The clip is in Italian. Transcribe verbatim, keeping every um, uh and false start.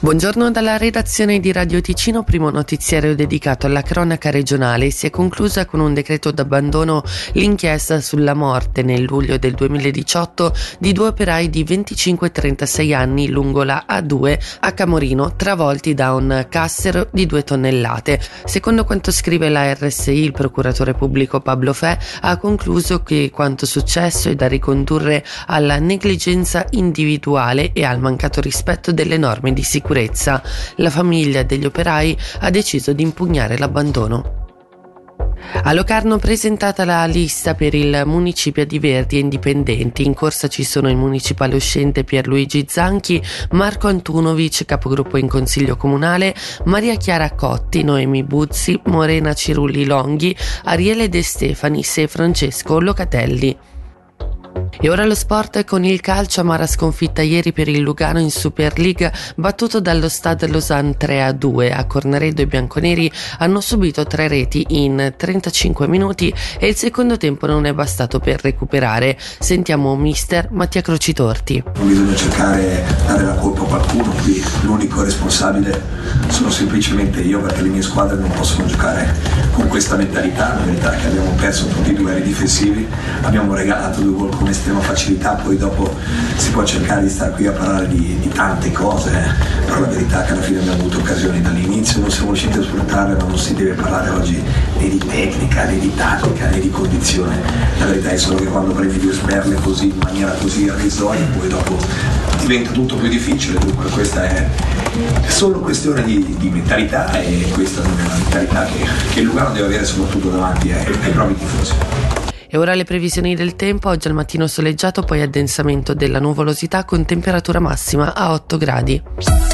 Buongiorno dalla redazione di Radio Ticino, primo notiziario dedicato alla cronaca regionale. Si è conclusa con un decreto d'abbandono l'inchiesta sulla morte nel luglio del duemiladiciotto di due operai di venticinque e trentasei anni lungo la A due a Camorino, travolti da un cassero di due tonnellate. Secondo quanto scrive la R S I, il procuratore pubblico Pablo Fe ha concluso che quanto successo è da ricondurre alla negligenza individuale e al mancato rispetto delle norme di sicurezza. La famiglia degli operai ha deciso di impugnare l'abbandono. A Locarno presentata la lista per il municipio di Verdi e Indipendenti. In corsa ci sono il municipale uscente Pierluigi Zanchi, Marco Antunovic, capogruppo in consiglio comunale, Maria Chiara Cotti, Noemi Buzzi, Morena Cirulli Longhi, Ariele De Stefanis e Francesco Locatelli. E ora lo sport con il calcio. Amara sconfitta ieri per il Lugano in Super League, battuto dallo Stade Lausanne tre a due. A Cornaredo i bianconeri hanno subito tre reti in trentacinque minuti e il secondo tempo non è bastato per recuperare. Sentiamo mister Mattia Crocitorti. Non bisogna cercare di dare la colpa a qualcuno, qui l'unico responsabile sono semplicemente io, perché le mie squadre non possono giocare con questa mentalità. La verità è che abbiamo perso tutti i duelli difensivi, abbiamo regalato due gol con estrema facilità, poi dopo si può cercare di stare qui a parlare di, di tante cose, eh. Però la verità è che alla fine abbiamo avuto occasioni dall'inizio, non siamo riusciti a sfruttarle, ma non si deve parlare oggi né di tecnica, né di tattica, né di condizione. La verità è solo che quando prendi due sberle così, in maniera così irrisoria, poi dopo diventa tutto più difficile. Dunque questa è solo questione di, di mentalità, e questa non è la mentalità che, che il Lugano deve avere soprattutto davanti ai, ai propri tifosi. E ora le previsioni del tempo. Oggi al mattino soleggiato, poi addensamento della nuvolosità con temperatura massima a otto gradi.